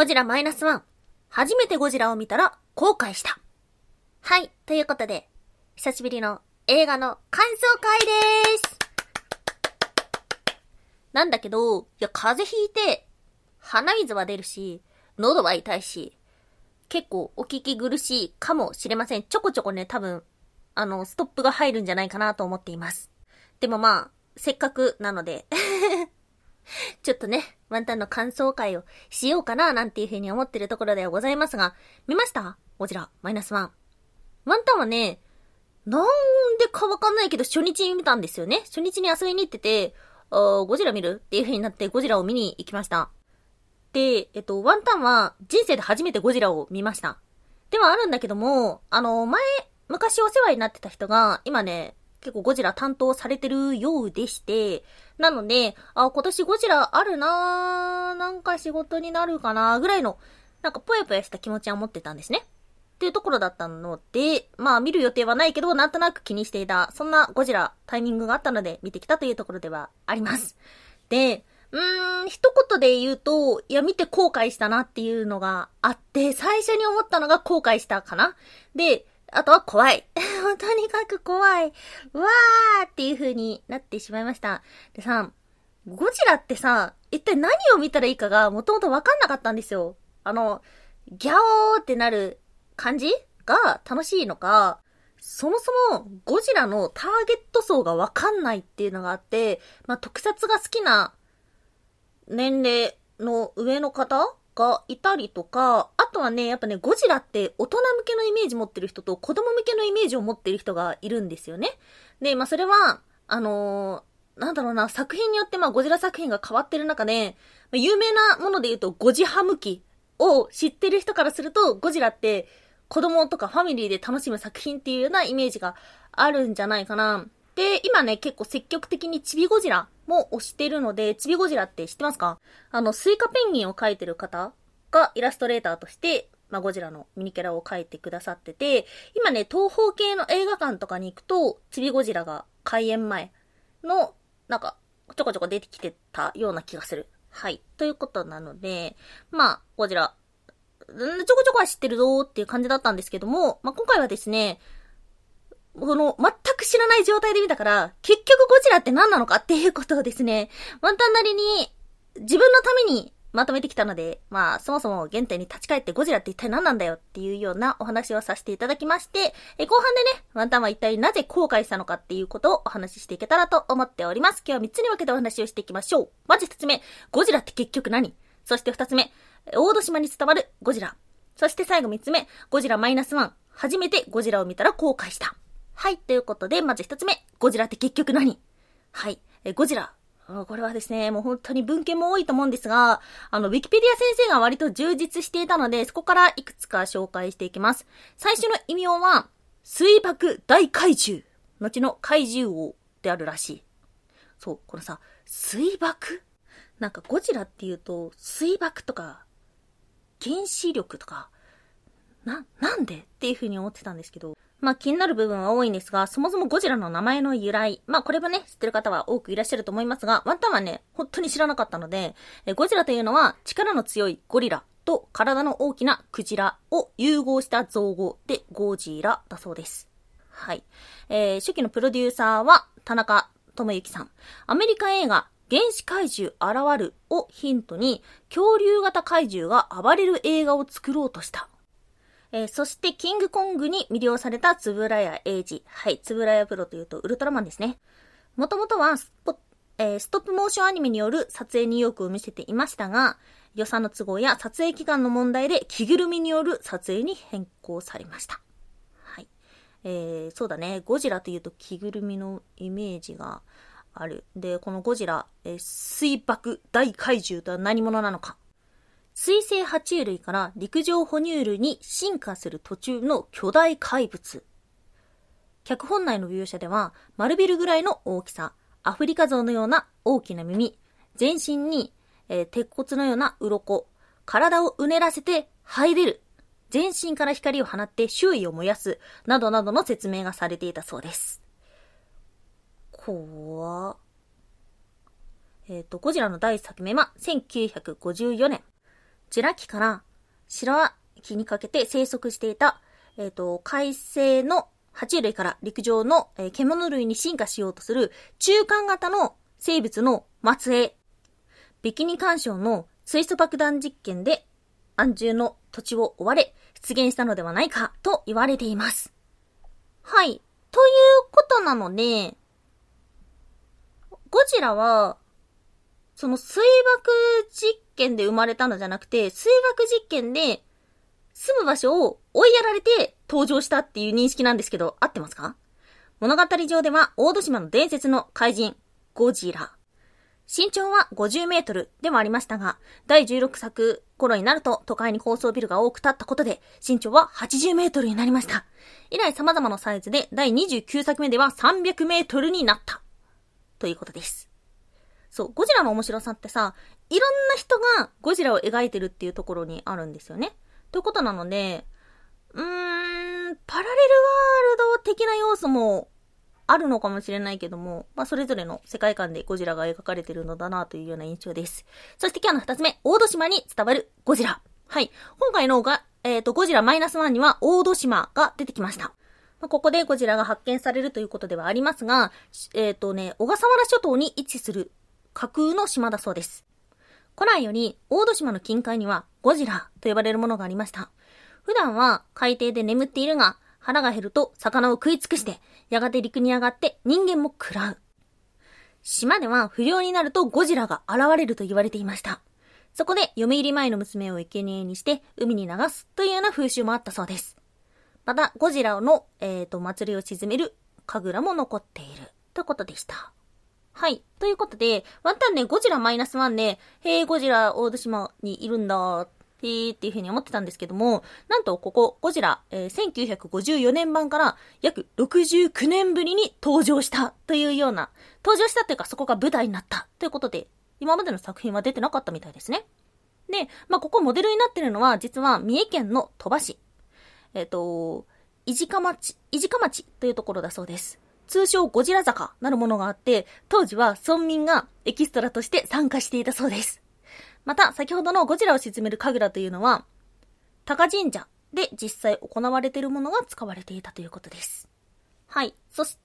ゴジラマイナスワン。初めてゴジラを見たら後悔した。はい、ということで、久しぶりの映画の感想会でーす。なんだけど、風邪ひいて、鼻水は出るし、喉は痛いし、結構お聞き苦しいかもしれません。ちょこちょこね、多分、ストップが入るんじゃないかなと思っています。でもまあ、せっかくなので、ちょっとね、ワンタンの感想会をしようかななんていう風に思ってるところではございますが、見ました?ゴジラマイナスワン。ワンタンはね、なんでかわかんないけど初日に見たんですよね。初日に遊びに行ってて、ゴジラ見るっていう風になってゴジラを見に行きました。で、ワンタンは人生で初めてゴジラを見ました。ではあるんだけども、昔お世話になってた人が、今ね、結構ゴジラ担当されてるようでして、なので、今年ゴジラあるなー、なんか仕事になるかなーぐらいの、なんかぽやぽやした気持ちは持ってたんですね。っていうところだったので、まあ見る予定はないけど、なんとなく気にしていた、そんなゴジラタイミングがあったので見てきたというところではあります。で、一言で言うと、見て後悔したなっていうのがあって、最初に思ったのが後悔したかな。で、あとは怖い。とにかく怖い。うわーっていう風になってしまいました。でさ、ゴジラってさ、一体何を見たらいいかがもともとわかんなかったんですよ。ギャオーってなる感じが楽しいのか、そもそもゴジラのターゲット層がわかんないっていうのがあって、まあ、特撮が好きな年齢の上の方がいたりとか、あとはね、やっぱね、ゴジラって大人向けのイメージ持ってる人と子供向けのイメージを持ってる人がいるんですよね。で、まあ、それは、なんだろうな、作品によってまあ、ゴジラ作品が変わってる中で、まあ、有名なもので言うと、ゴジハ向きを知ってる人からすると、ゴジラって子供とかファミリーで楽しむ作品っていうようなイメージがあるんじゃないかな。で、今ね、結構積極的にチビゴジラも推してるので、チビゴジラって知ってますか?スイカペンギンを描いてる方がイラストレーターとして、まあ、ゴジラのミニキャラを描いてくださってて、今ね、東方系の映画館とかに行くと、チビゴジラが開演前の、なんか、ちょこちょこ出てきてたような気がする。はい。ということなので、まあ、ゴジラ、ちょこちょこは知ってるぞーっていう感じだったんですけども、まあ、今回はですね、全く知らない状態で見たから、結局ゴジラって何なのかっていうことをですね、ワンタンなりに自分のためにまとめてきたので、まあ、そもそも原点に立ち返ってゴジラって一体何なんだよっていうようなお話をさせていただきまして、後半でね、ワンタンは一体なぜ後悔したのかっていうことをお話ししていけたらと思っております。今日は3つに分けてお話をしていきましょう。まず1つ目、ゴジラって結局何?そして2つ目、大戸島に伝わるゴジラ。そして最後3つ目、ゴジラマイナスワン。初めてゴジラを見たら後悔した。はい、ということで、まず一つ目。ゴジラって結局何?はい。ゴジラ。これはですね、もう本当に文献も多いと思うんですが、ウィキペディア先生が割と充実していたので、そこからいくつか紹介していきます。最初の異名は、水爆大怪獣。後の怪獣王であるらしい。そう、このさ、水爆?なんかゴジラっていうと、水爆とか、原子力とか、なんでっていう風に思ってたんですけど、まあ気になる部分は多いんですが、そもそもゴジラの名前の由来。まあこれはね、知ってる方は多くいらっしゃると思いますが、ワンタンはね、本当に知らなかったので、ゴジラというのは力の強いゴリラと体の大きなクジラを融合した造語でゴジラだそうです。はい。初期のプロデューサーは田中智之さん。アメリカ映画、原始怪獣現るをヒントに、恐竜型怪獣が暴れる映画を作ろうとした。そしてキングコングに魅了された円谷英二。はい、円谷プロというとウルトラマンですね。もともとはストップモーションアニメによる撮影に意欲を見せていましたが、予算の都合や撮影期間の問題で着ぐるみによる撮影に変更されました。はい。そうだね。ゴジラというと着ぐるみのイメージがある。で、このゴジラ、水爆大怪獣とは何者なのか。水生爬虫類から陸上哺乳類に進化する途中の巨大怪物。脚本内の描写では、丸ビルぐらいの大きさ、アフリカゾウのような大きな耳、全身に、鉄骨のような鱗、体をうねらせて這い出る、全身から光を放って周囲を燃やす、などなどの説明がされていたそうです。怖ゴジラの第1作目は1954年。 ジュラ紀から白亜紀にかけて生息していた、海生の爬虫類から陸上の、獣類に進化しようとする中間型の生物の末裔、ビキニ干渉の水素爆弾実験で安住の土地を追われ出現したのではないかと言われています。はい。ということなので、ゴジラは、その水爆実験で生まれたのじゃなくて、水爆実験で住む場所を追いやられて登場したっていう認識なんですけど、合ってますか？物語上では大戸島の伝説の怪人、ゴジラ。身長は50メートルでもありましたが、第16作頃になると都会に高層ビルが多く建ったことで、身長は80メートルになりました。以来様々なサイズで、第29作目では300メートルになった。ということです。そう、ゴジラの面白さってさ、いろんな人がゴジラを描いてるっていうところにあるんですよね。ということなので、パラレルワールド的な要素もあるのかもしれないけども、それぞれの世界観でゴジラが描かれてるのだなというような印象です。そして今日の二つ目、大戸島に伝わるゴジラ。はい。今回のゴジラ-1には大戸島が出てきました。ここでゴジラが発見されるということではありますが、小笠原諸島に位置する架空の島だそうです。古来より大戸島の近海にはゴジラと呼ばれるものがありました。普段は海底で眠っているが、腹が減ると魚を食い尽くして、やがて陸に上がって人間も食らう。島では不良になるとゴジラが現れると言われていました。そこで嫁入り前の娘を生贄にして海に流すというような風習もあったそうです。また、ゴジラの、祭りを鎮める神楽も残っているということでした。はい。ということで、ワンタンね、ゴジラ-1で、ゴジラ大戸島にいるんだっていう風に思ってたんですけども、なんとここ、ゴジラ、1954年版から約69年ぶりに登場したというような、登場したというかそこが舞台になったということで、今までの作品は出てなかったみたいですね。で、ここモデルになってるのは、実は三重県の鳥羽市。飯鹿町というところだそうです。通称ゴジラ坂なるものがあって、当時は村民がエキストラとして参加していたそうです。また、先ほどのゴジラを鎮める神楽というのは、高神社で実際行われているものが使われていたということです。はい。そして、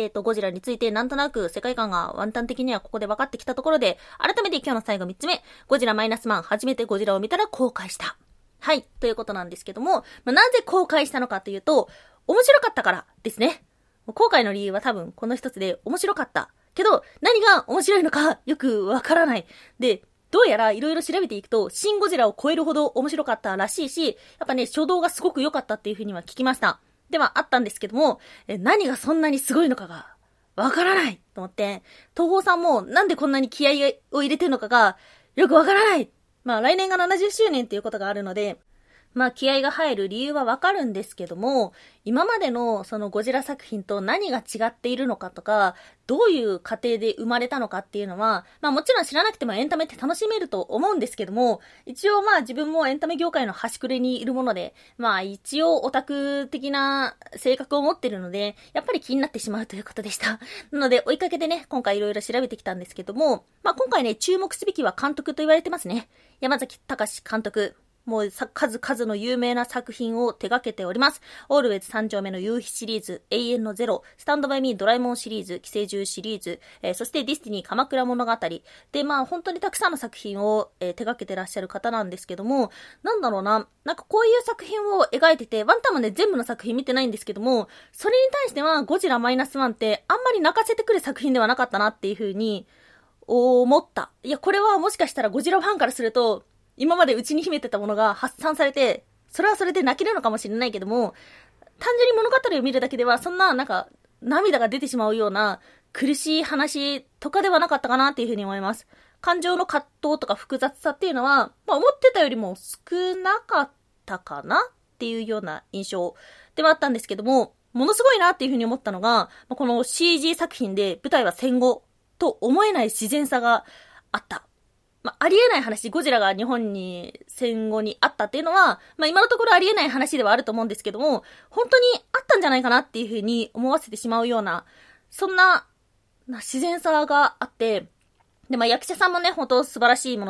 ゴジラについてなんとなく世界観がワンタン的にはここで分かってきたところで、改めて今日の最後3つ目、ゴジラ-1初めてゴジラを見たら後悔した。はい。ということなんですけども、なぜ後悔したのかというと、面白かったからですね。後悔の理由は多分この一つで面白かった。けど、何が面白いのかよくわからない。で、どうやらいろいろ調べていくと、シン・ゴジラを超えるほど面白かったらしいし、やっぱね、初動がすごく良かったっていう風には聞きました。ではあったんですけども、何がそんなにすごいのかがわからないと思って、東宝さんもなんでこんなに気合を入れてるのかがよくわからない。来年が70周年っていうことがあるので、気合が入る理由はわかるんですけども、今までのそのゴジラ作品と何が違っているのかとか、どういう過程で生まれたのかっていうのは、もちろん知らなくてもエンタメって楽しめると思うんですけども、一応自分もエンタメ業界の端くれにいるもので、一応オタク的な性格を持ってるので、やっぱり気になってしまうということでした。なので追いかけてね、今回いろいろ調べてきたんですけども、今回ね、注目すべきは監督と言われてますね。山崎隆監督。もう数々の有名な作品を手掛けております。オールウェイズ三丁目の夕日シリーズ、永遠のゼロ、スタンドバイミードラえもんシリーズ、寄生獣シリーズ、そしてディスティニー鎌倉物語。で、本当にたくさんの作品を、手掛けてらっしゃる方なんですけども、なんかこういう作品を描いてて、ワンタンもね、全部の作品見てないんですけども、それに対してはゴジラ-1ってあんまり泣かせてくる作品ではなかったなっていう風に思った。いや、これはもしかしたらゴジラファンからすると、今まで内に秘めてたものが発散されて、それはそれで泣けるのかもしれないけども、単純に物語を見るだけでは、そんな涙が出てしまうような苦しい話とかではなかったかなっていうふうに思います。感情の葛藤とか複雑さっていうのは、思ってたよりも少なかったかなっていうような印象ではあったんですけども、ものすごいなっていうふうに思ったのが、この CG 作品で舞台は戦後と思えない自然さがあった。ありえない話、ゴジラが日本に戦後にあったっていうのは、今のところありえない話ではあると思うんですけども、本当にあったんじゃないかなっていうふうに思わせてしまうような、そんな自然さがあって、で、役者さんもね、本当素晴らしいもので、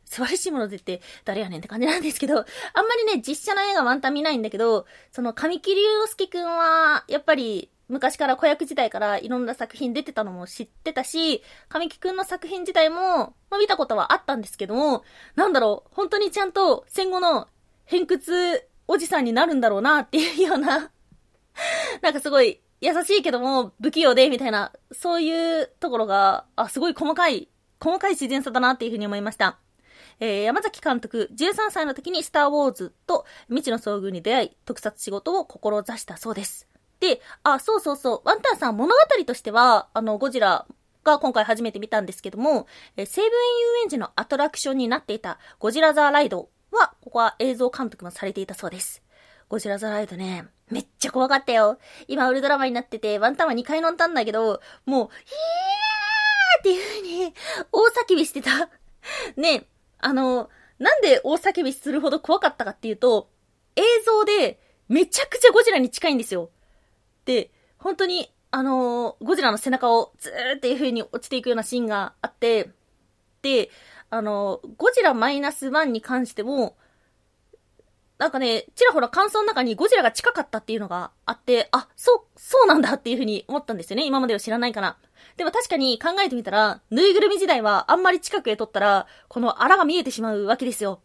素晴らしいものでって誰やねんって感じなんですけど、あんまりね、実写の映画ワンタン見ないんだけど、その神木隆之介くんは、やっぱり昔から子役時代からいろんな作品出てたのも知ってたし、神木くんの作品自体も、見たことはあったんですけども、本当にちゃんと戦後の偏屈おじさんになるんだろうなっていうような、なんかすごい優しいけども不器用でみたいな、そういうところが、すごい細かい自然さだなっていうふうに思いました。山崎監督、13歳の時にスターウォーズと未知の遭遇に出会い、特撮仕事を志したそうです。で、そう、ワンタンさん物語としては、ゴジラが今回初めて見たんですけども、西武園遊園地のアトラクションになっていたゴジラザーライドは、ここは映像監督もされていたそうです。ゴジラザーライドね、めっちゃ怖かったよ。今ウルトラマンになってて、ワンタンは2回乗ったんだけど、もう、ヒーっていう風に大叫びしてた。ね、なんで大叫びするほど怖かったかっていうと、映像でめちゃくちゃゴジラに近いんですよ。で、本当に、ゴジラの背中をずーっていう風に落ちていくようなシーンがあって、で、ゴジラマイナス1に関しても、なんかね、ちらほら感想の中にゴジラが近かったっていうのがあって、そうなんだっていう風に思ったんですよね。今までを知らないから。でも確かに考えてみたら、ぬいぐるみ時代はあんまり近くへ撮ったら、この粗が見えてしまうわけですよ。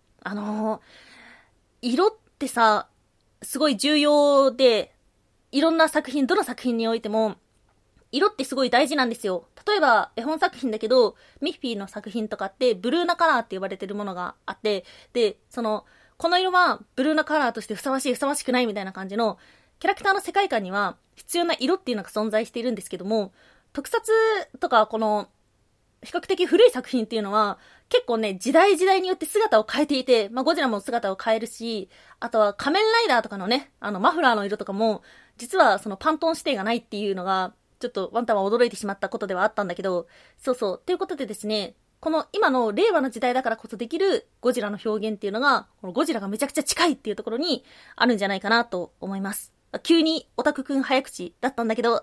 色ってさ、すごい重要で、いろんな作品、どの作品においても、色ってすごい大事なんですよ。例えば、絵本作品だけど、ミッフィーの作品とかって、ブルーなカラーって呼ばれてるものがあって、で、この色はブルーなカラーとしてふさわしい、ふさわしくないみたいな感じの、キャラクターの世界観には必要な色っていうのが存在しているんですけども、特撮とかこの、比較的古い作品っていうのは、結構ね、時代によって姿を変えていて、ゴジラも姿を変えるし、あとは仮面ライダーとかのね、マフラーの色とかも、実はそのパントン指定がないっていうのが、ちょっとワンタンは驚いてしまったことではあったんだけど、そう。ということでですね、この今の令和の時代だからこそできるゴジラの表現っていうのが、このゴジラがめちゃくちゃ近いっていうところにあるんじゃないかなと思います。急にオタクくん早口だったんだけど、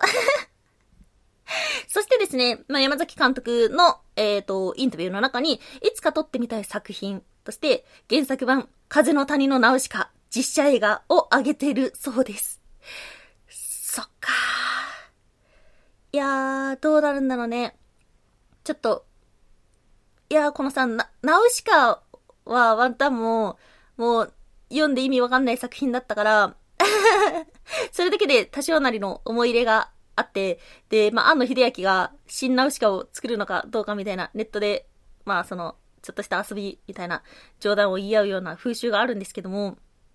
そしてですね、山崎監督の、インタビューの中に、いつか撮ってみたい作品として、原作版、風の谷のナウシカ、実写映画を挙げてるそうです。そっかー。いやー、どうなるんだろうね。ちょっと、このさ、ナウシカはワンタンもう、読んで意味わかんない作品だったから、それだけで多少なりの思い入れがあって、で、庵野秀明が新ナウシカを作るのかどうかみたいな、ネットで、ちょっとした遊びみたいな冗談を言い合うような風習があるんですけども、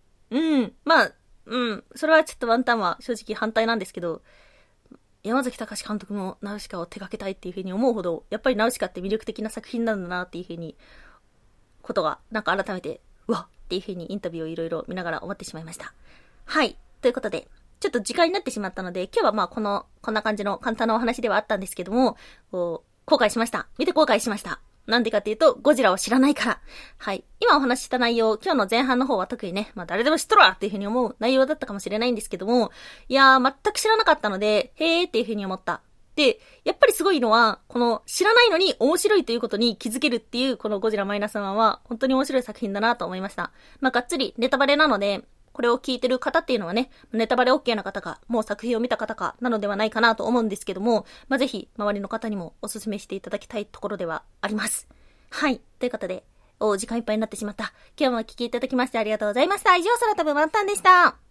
それはちょっとワンタンは正直反対なんですけど、山崎隆監督もナウシカを手掛けたいっていう風に思うほど、やっぱりナウシカって魅力的な作品なんだなっていう風に、ことが、なんか改めて、うわっっていう風にインタビューをいろいろ見ながら思ってしまいました。はい。ということで、ちょっと時間になってしまったので、今日はこんな感じの簡単なお話ではあったんですけども、後悔しました。見て後悔しました。なんでかっていうと、ゴジラを知らないから。はい。今お話しした内容、今日の前半の方は特にね、誰でも知っとるわっていう風に思う内容だったかもしれないんですけども、全く知らなかったので、へーっていう風に思った。で、やっぱりすごいのは、この知らないのに面白いということに気づけるっていう、このゴジラマイナス1は、本当に面白い作品だなと思いました。がっつりネタバレなので、これを聞いてる方っていうのはね、ネタバレ OK な方か、もう作品を見た方か、なのではないかなと思うんですけども、ぜひ、周りの方にもお勧めしていただきたいところではあります。はい。ということで、時間いっぱいになってしまった。今日もお聞きいただきましてありがとうございました。以上、空飛ぶワンタンでした。